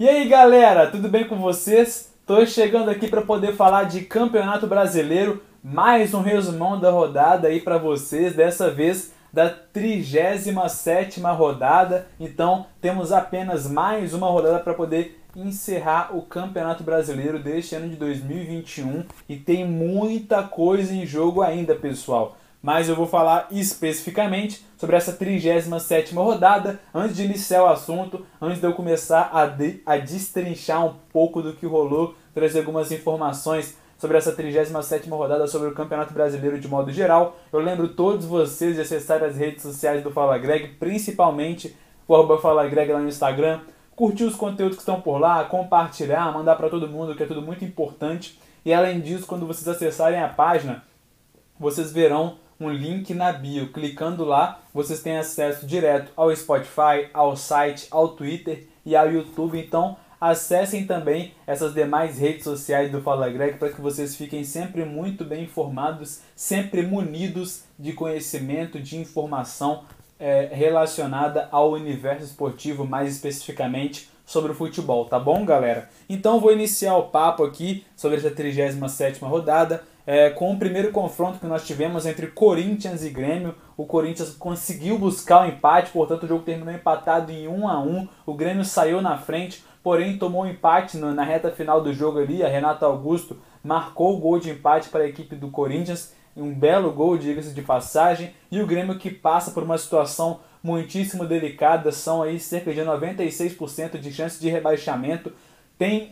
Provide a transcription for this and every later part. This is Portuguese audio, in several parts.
E aí galera, tudo bem com vocês? Tô chegando aqui para poder falar de Campeonato Brasileiro, mais um resumão da rodada aí para vocês, dessa vez da 37ª rodada. Então temos apenas mais uma rodada para poder encerrar o Campeonato Brasileiro deste ano de 2021 e tem muita coisa em jogo ainda, pessoal. Mas eu vou falar especificamente sobre essa 37ª rodada. Antes de iniciar o assunto, antes de eu começar a destrinchar um pouco do que rolou, trazer algumas informações sobre essa 37ª rodada, sobre o Campeonato Brasileiro de modo geral, eu lembro todos vocês de acessar as redes sociais do Fala Greg, principalmente o @FalaGreg lá no Instagram, curtir os conteúdos que estão por lá, compartilhar, mandar para todo mundo, que é tudo muito importante. E além disso, quando vocês acessarem a página, vocês verão um link na bio. Clicando lá, vocês têm acesso direto ao Spotify, ao site, ao Twitter e ao YouTube. Então, acessem também essas demais redes sociais do Fala Greg para que vocês fiquem sempre muito bem informados, sempre munidos de conhecimento, de informação relacionada ao universo esportivo, mais especificamente sobre o futebol, tá bom, galera? Então, vou iniciar o papo aqui sobre essa 37ª rodada. Com o primeiro confronto que nós tivemos entre Corinthians e Grêmio. O Corinthians conseguiu buscar o empate, portanto o jogo terminou empatado em 1-1. O Grêmio saiu na frente, porém tomou um empate na reta final do jogo ali. A Renato Augusto marcou o gol de empate para a equipe do Corinthians, um belo gol, diga-se de passagem. E o Grêmio, que passa por uma situação muitíssimo delicada, são aí cerca de 96% de chance de rebaixamento. Tem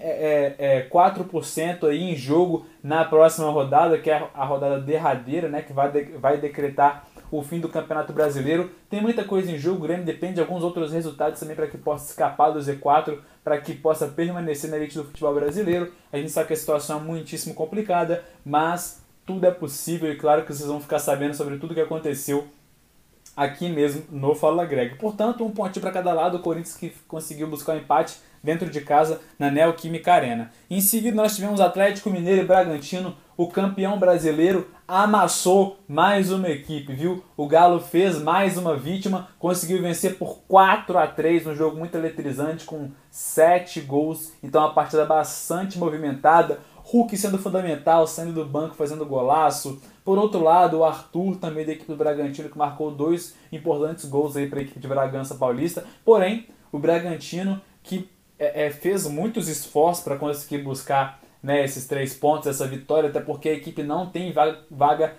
4% aí em jogo na próxima rodada, que é a rodada derradeira, né, que vai decretar o fim do Campeonato Brasileiro. Tem muita coisa em jogo, o Grêmio depende de alguns outros resultados também para que possa escapar do Z4, para que possa permanecer na elite do futebol brasileiro. A gente sabe que a situação é muitíssimo complicada, mas tudo é possível e claro que vocês vão ficar sabendo sobre tudo que aconteceu aqui mesmo no Fala Greg. Portanto, um pontinho para cada lado. O Corinthians que conseguiu buscar um empate dentro de casa na Neoquímica Arena. Em seguida nós tivemos Atlético Mineiro e Bragantino. O campeão brasileiro amassou mais uma equipe, viu? O Galo fez mais uma vítima, conseguiu vencer por 4-3, um jogo muito eletrizante com 7 gols. Então a partida bastante movimentada. Hulk sendo fundamental, saindo do banco, fazendo golaço. Por outro lado, o Arthur, também da equipe do Bragantino, que marcou 2 importantes gols aí para a equipe de Bragança Paulista. Porém, o Bragantino, que fez muitos esforços para conseguir buscar, né, esses 3 pontos, essa vitória, até porque a equipe não tem vaga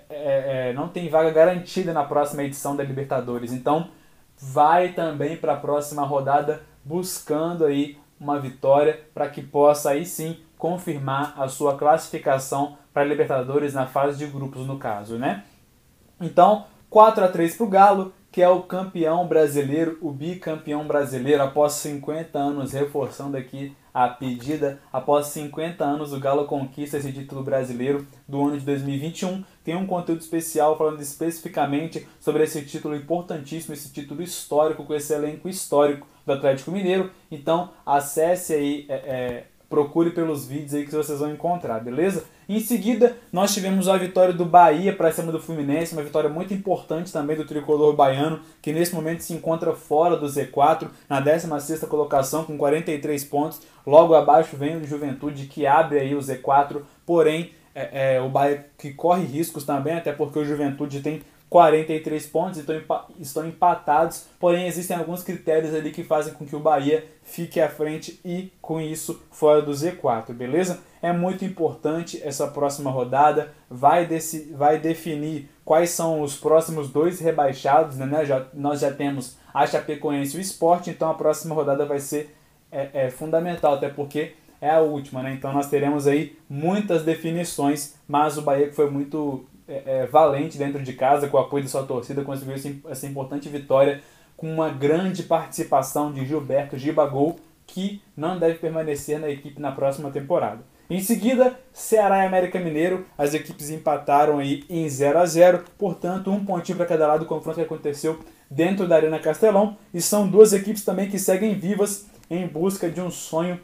garantida na próxima edição da Libertadores. Então, vai também para a próxima rodada buscando aí uma vitória para que possa aí sim confirmar a sua classificação para a Libertadores na fase de grupos, no caso, né? Então, 4-3 para o Galo, que é o campeão brasileiro, o bicampeão brasileiro, após 50 anos, reforçando aqui a pedida, após 50 anos o Galo conquista esse título brasileiro do ano de 2021. Tem um conteúdo especial falando especificamente sobre esse título importantíssimo, esse título histórico, com esse elenco histórico do Atlético Mineiro. Então, acesse aí, procure pelos vídeos aí que vocês vão encontrar, beleza? Em seguida, nós tivemos a vitória do Bahia para cima do Fluminense, uma vitória muito importante também do tricolor baiano, que nesse momento se encontra fora do Z4, na 16ª colocação com 43 pontos. Logo abaixo vem o Juventude, que abre aí o Z4, porém o Bahia que corre riscos também, até porque o Juventude tem 43 pontos, estão empatados, porém existem alguns critérios ali que fazem com que o Bahia fique à frente e com isso fora do Z4, beleza? É muito importante essa próxima rodada, vai definir quais são os próximos 2 rebaixados, né? Nós já temos a Chapecoense e o Sport, então a próxima rodada vai ser fundamental, até porque é a última, né? Então nós teremos aí muitas definições, mas o Bahia, que foi muito valente dentro de casa, com o apoio da sua torcida, conseguiu essa importante vitória com uma grande participação de Gilberto Gibagol, que não deve permanecer na equipe na próxima temporada. Em seguida, Ceará e América Mineiro, as equipes empataram aí em 0-0, portanto um pontinho para cada lado do confronto que aconteceu dentro da Arena Castelão, e são 2 equipes também que seguem vivas em busca de um sonho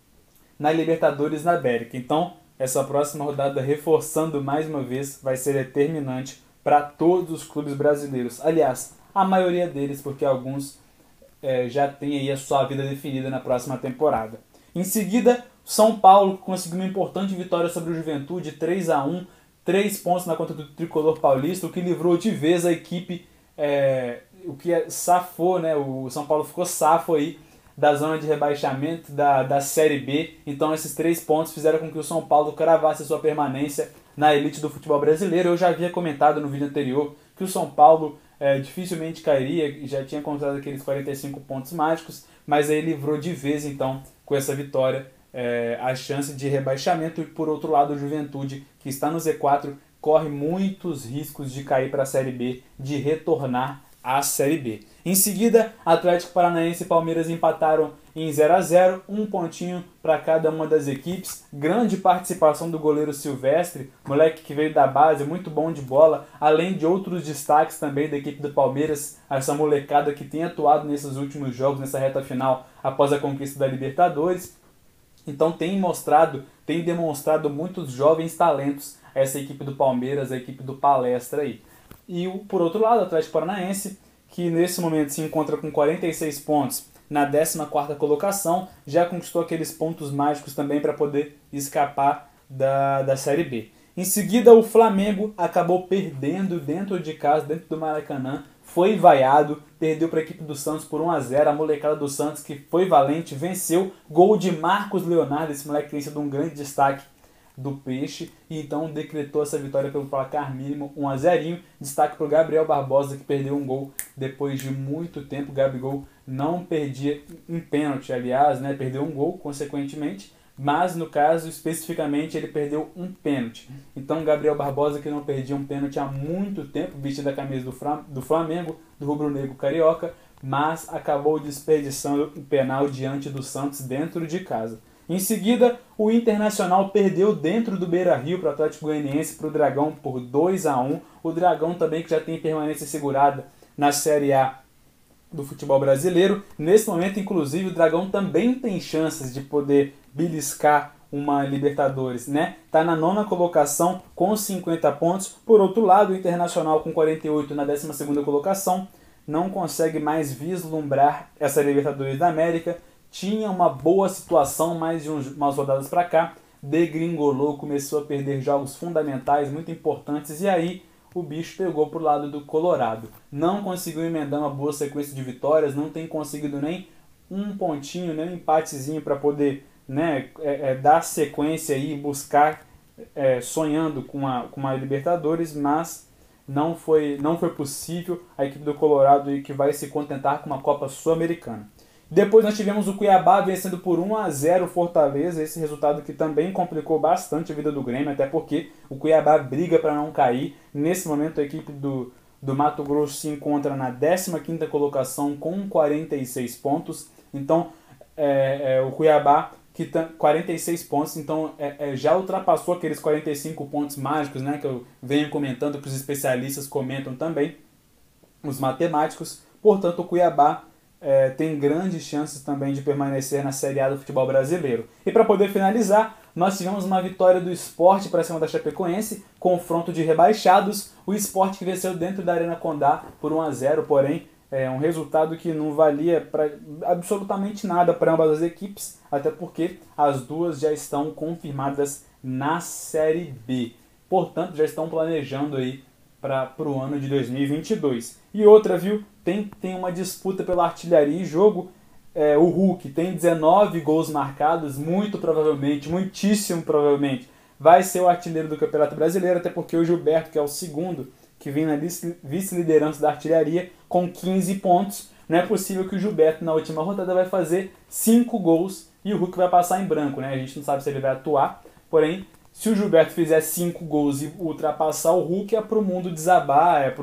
na Libertadores na América. Então, essa próxima rodada, reforçando mais uma vez, vai ser determinante para todos os clubes brasileiros. Aliás, a maioria deles, porque alguns já tem aí a sua vida definida na próxima temporada. Em seguida, São Paulo conseguiu uma importante vitória sobre o Juventude, 3-1, 3 pontos na conta do tricolor paulista, o que livrou de vez a equipe, safou, né? O São Paulo ficou safo aí da zona de rebaixamento da Série B. Então esses 3 pontos fizeram com que o São Paulo cravasse sua permanência na elite do futebol brasileiro. Eu já havia comentado no vídeo anterior que o São Paulo dificilmente cairia, já tinha contado aqueles 45 pontos mágicos, mas aí livrou de vez então com essa vitória a chance de rebaixamento. E por outro lado, o Juventude, que está no Z4, corre muitos riscos de cair para a Série B, de retornar à Série B. Em seguida, Atlético Paranaense e Palmeiras empataram em 0-0, um pontinho para cada uma das equipes. Grande participação do goleiro Silvestre, moleque que veio da base, muito bom de bola, além de outros destaques também da equipe do Palmeiras, essa molecada que tem atuado nesses últimos jogos, nessa reta final, após a conquista da Libertadores. Então tem demonstrado muitos jovens talentos essa equipe do Palmeiras, a equipe do Palestra aí. E por outro lado, o Atlético Paranaense, que nesse momento se encontra com 46 pontos na 14ª colocação, já conquistou aqueles pontos mágicos também para poder escapar da Série B. Em seguida, o Flamengo acabou perdendo dentro de casa, dentro do Maracanã, foi vaiado, perdeu para a equipe do Santos por 1-0, a molecada do Santos, que foi valente, venceu, gol de Marcos Leonardo, esse moleque tem sido um grande destaque do Peixe, e então decretou essa vitória pelo placar mínimo, 1-0. Destaque para o Gabriel Barbosa, que perdeu um gol depois de muito tempo. O Gabigol não perdia um pênalti, aliás, né? Perdeu um gol, consequentemente, mas no caso, especificamente, ele perdeu um pênalti. Então, o Gabriel Barbosa, que não perdia um pênalti há muito tempo, vestido a camisa do Flamengo, do rubro-negro carioca, mas acabou desperdiçando o penal diante do Santos dentro de casa. Em seguida, o Internacional perdeu dentro do Beira-Rio para o Atlético Goianiense, para o Dragão, por 2-1. O Dragão também, que já tem permanência segurada na Série A do futebol brasileiro. Nesse momento, inclusive, o Dragão também tem chances de poder beliscar uma Libertadores, né? Está na 9ª colocação com 50 pontos. Por outro lado, o Internacional com 48 na 12ª colocação não consegue mais vislumbrar essa Libertadores da América. Tinha uma boa situação, mais de umas rodadas para cá, degringolou, começou a perder jogos fundamentais, muito importantes, e aí o bicho pegou pro lado do Colorado. Não conseguiu emendar uma boa sequência de vitórias, não tem conseguido nem um pontinho, nem um empatezinho para poder, né, dar sequência e buscar, sonhando com uma Libertadores, mas não foi possível. A equipe do Colorado aí que vai se contentar com uma Copa Sul-Americana. Depois nós tivemos o Cuiabá vencendo por 1-0 o Fortaleza, esse resultado que também complicou bastante a vida do Grêmio, até porque o Cuiabá briga para não cair. Nesse momento a equipe do Mato Grosso se encontra na 15ª colocação com 46 pontos, então o Cuiabá que tem 46 pontos, então já ultrapassou aqueles 45 pontos mágicos, né, que eu venho comentando, que os especialistas comentam também, os matemáticos. Portanto, o Cuiabá tem grandes chances também de permanecer na Série A do futebol brasileiro. E para poder finalizar, nós tivemos uma vitória do Sport para cima da Chapecoense, confronto de rebaixados. O Sport que venceu dentro da Arena Condá por 1-0, porém um resultado que não valia para absolutamente nada para ambas as equipes, até porque as duas já estão confirmadas na Série B. Portanto, já estão planejando aí para o ano de 2022. E outra, viu? Tem uma disputa pela artilharia em jogo. O Hulk tem 19 gols marcados, muito provavelmente, muitíssimo provavelmente, vai ser o artilheiro do Campeonato Brasileiro, até porque o Gilberto, que é o segundo, que vem na vice-liderança da artilharia, com 15 pontos. Não é possível que o Gilberto, na última rodada, vai fazer 5 gols e o Hulk vai passar em branco, né? A gente não sabe se ele vai atuar, porém, se o Gilberto fizer 5 gols e ultrapassar o Hulk, é pro mundo desabar,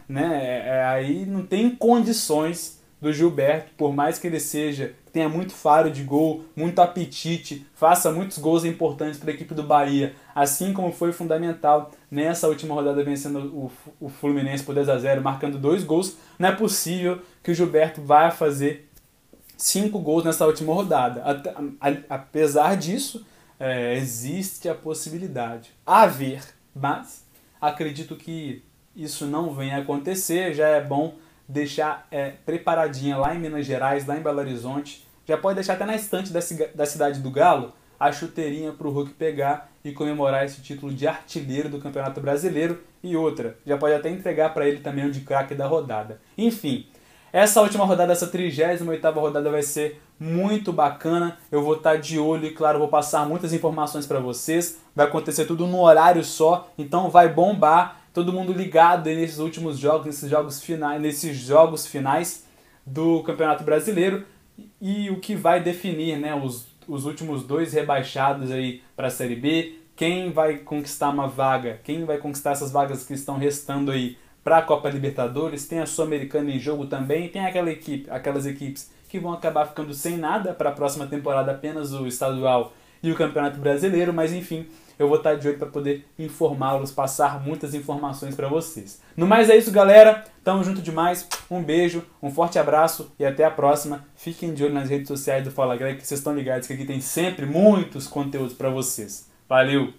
aí não tem condições do Gilberto, por mais que ele tenha muito faro de gol, muito apetite, faça muitos gols importantes para a equipe do Bahia, assim como foi fundamental nessa última rodada vencendo o Fluminense por 2-0, marcando 2 gols, não é possível que o Gilberto vá fazer 5 gols nessa última rodada. Apesar disso, existe a possibilidade a ver, mas acredito que isso não venha a acontecer. Já é bom deixar preparadinha lá em Minas Gerais, lá em Belo Horizonte. Já pode deixar até na estante da Cidade do Galo a chuteirinha para o Hulk pegar e comemorar esse título de artilheiro do Campeonato Brasileiro. E outra, já pode até entregar para ele também o de craque da rodada. Enfim, essa última rodada, essa 38ª rodada vai ser muito bacana. Eu vou estar de olho e, claro, vou passar muitas informações para vocês. Vai acontecer tudo no horário só, então vai bombar. Todo mundo ligado aí nesses últimos jogos, nesses jogos finais do Campeonato Brasileiro. E o que vai definir, né, os últimos 2 rebaixados aí para a Série B. Quem vai conquistar uma vaga, quem vai conquistar essas vagas que estão restando aí para a Copa Libertadores. Tem a Sul-Americana em jogo também, tem aquelas equipes que vão acabar ficando sem nada para a próxima temporada, apenas o estadual e o Campeonato Brasileiro, mas enfim, eu vou estar de olho para poder informá-los, passar muitas informações para vocês. No mais é isso, galera, tamo junto demais, um beijo, um forte abraço e até a próxima. Fiquem de olho nas redes sociais do Fala Greg, que vocês estão ligados que aqui tem sempre muitos conteúdos para vocês. Valeu!